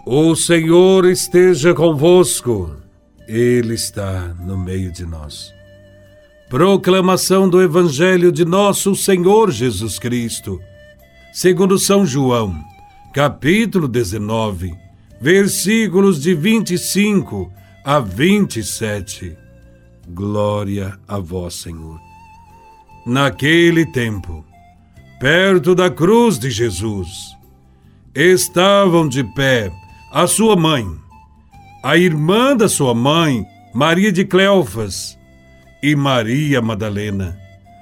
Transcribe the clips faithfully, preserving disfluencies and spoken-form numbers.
O Senhor esteja convosco. Ele está no meio de nós. Proclamação do Evangelho de nosso Senhor Jesus Cristo, segundo São João, capítulo dezenove, versículos de vinte e cinco a vinte e sete. Glória a vós, Senhor. Naquele tempo, perto da cruz de Jesus, estavam de pé a sua mãe, a irmã da sua mãe, Maria de Cleofas, e Maria Madalena.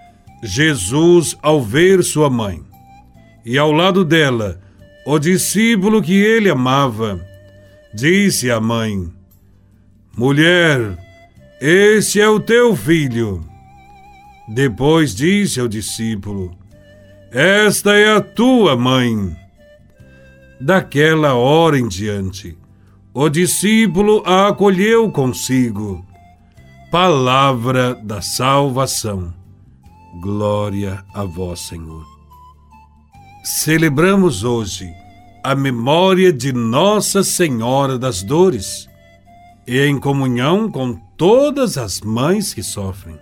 Jesus, ao ver sua mãe, e ao lado dela, o discípulo que ele amava, disse à mãe: Mulher, este é o teu filho. Depois disse ao discípulo: Esta é a tua mãe. Daquela hora em diante, o discípulo a acolheu consigo. Palavra da salvação. Glória a vós, Senhor. Celebramos hoje a memória de Nossa Senhora das Dores e em comunhão com todas as mães que sofrem.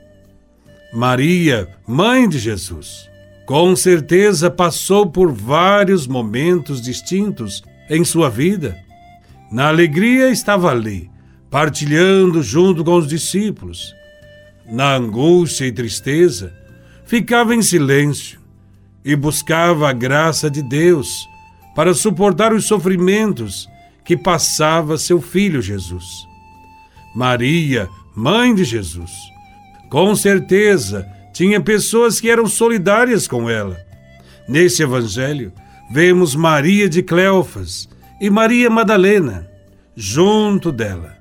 Maria, mãe de Jesus, com certeza passou por vários momentos distintos em sua vida. Na alegria estava ali, partilhando junto com os discípulos. Na angústia e tristeza, ficava em silêncio e buscava a graça de Deus para suportar os sofrimentos que passava seu filho Jesus. Maria, mãe de Jesus, com certeza tinha pessoas que eram solidárias com ela. Nesse evangelho, vemos Maria de Cleofas e Maria Madalena junto dela.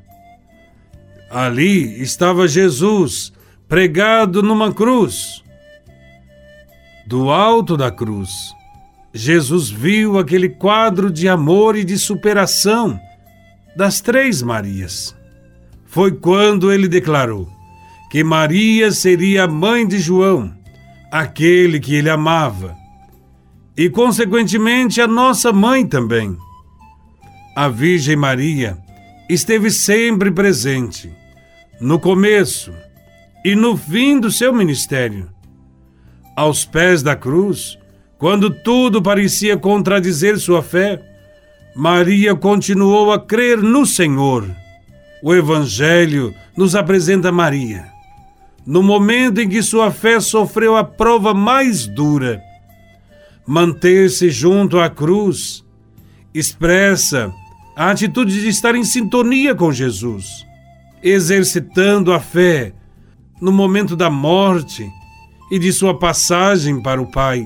Ali estava Jesus, pregado numa cruz. Do alto da cruz, Jesus viu aquele quadro de amor e de superação das três Marias. Foi quando ele declarou que Maria seria a mãe de João, aquele que ele amava, e, consequentemente, a nossa mãe também. A Virgem Maria esteve sempre presente, no começo e no fim do seu ministério. Aos pés da cruz, quando tudo parecia contradizer sua fé, Maria continuou a crer no Senhor. O Evangelho nos apresenta Maria no momento em que sua fé sofreu a prova mais dura. Manter-se junto à cruz expressa a atitude de estar em sintonia com Jesus, exercitando a fé no momento da morte e de sua passagem para o Pai.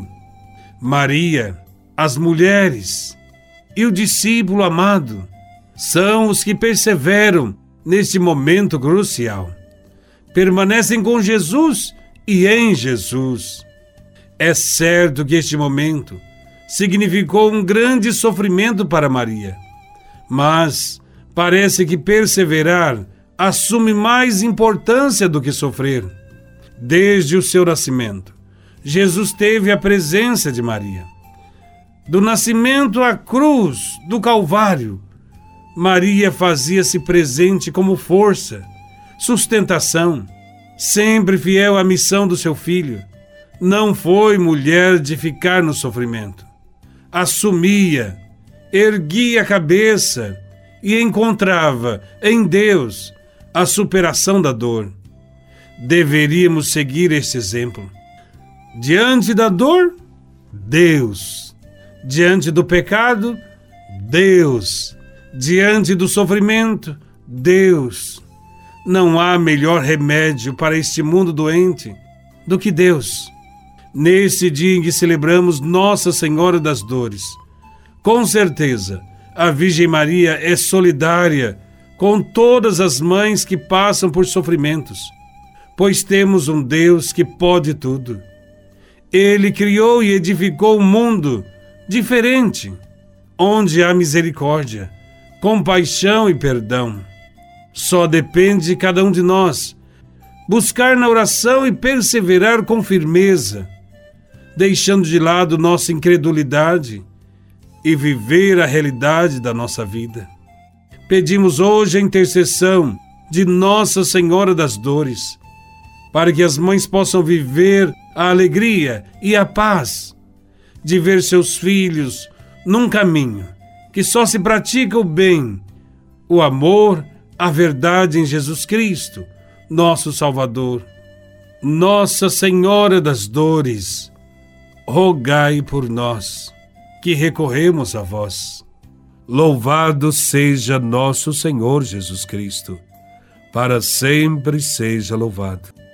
Maria, as mulheres e o discípulo amado são os que perseveram neste momento crucial. Permanecem com Jesus e em Jesus. É certo que este momento significou um grande sofrimento para Maria, mas parece que perseverar assume mais importância do que sofrer. Desde o seu nascimento, Jesus teve a presença de Maria. Do nascimento à cruz do Calvário, Maria fazia-se presente como força, sustentação, sempre fiel à missão do seu filho. Não foi mulher de ficar no sofrimento. Assumia, erguia a cabeça e encontrava em Deus a superação da dor. Deveríamos seguir este exemplo. Diante da dor, Deus. Diante do pecado, Deus. Diante do sofrimento, Deus. Não há melhor remédio para este mundo doente do que Deus. Nesse dia em que celebramos Nossa Senhora das Dores, com certeza, a Virgem Maria é solidária com todas as mães que passam por sofrimentos, pois temos um Deus que pode tudo. Ele criou e edificou um mundo diferente, onde há misericórdia, compaixão e perdão. Só depende de cada um de nós buscar na oração e perseverar com firmeza, deixando de lado nossa incredulidade e viver a realidade da nossa vida. Pedimos hoje a intercessão de Nossa Senhora das Dores, para que as mães possam viver a alegria e a paz de ver seus filhos num caminho que só se pratica o bem, o amor, a verdade em Jesus Cristo, nosso Salvador. Nossa Senhora das Dores, rogai por nós, que recorremos a vós. Louvado seja nosso Senhor Jesus Cristo, para sempre seja louvado.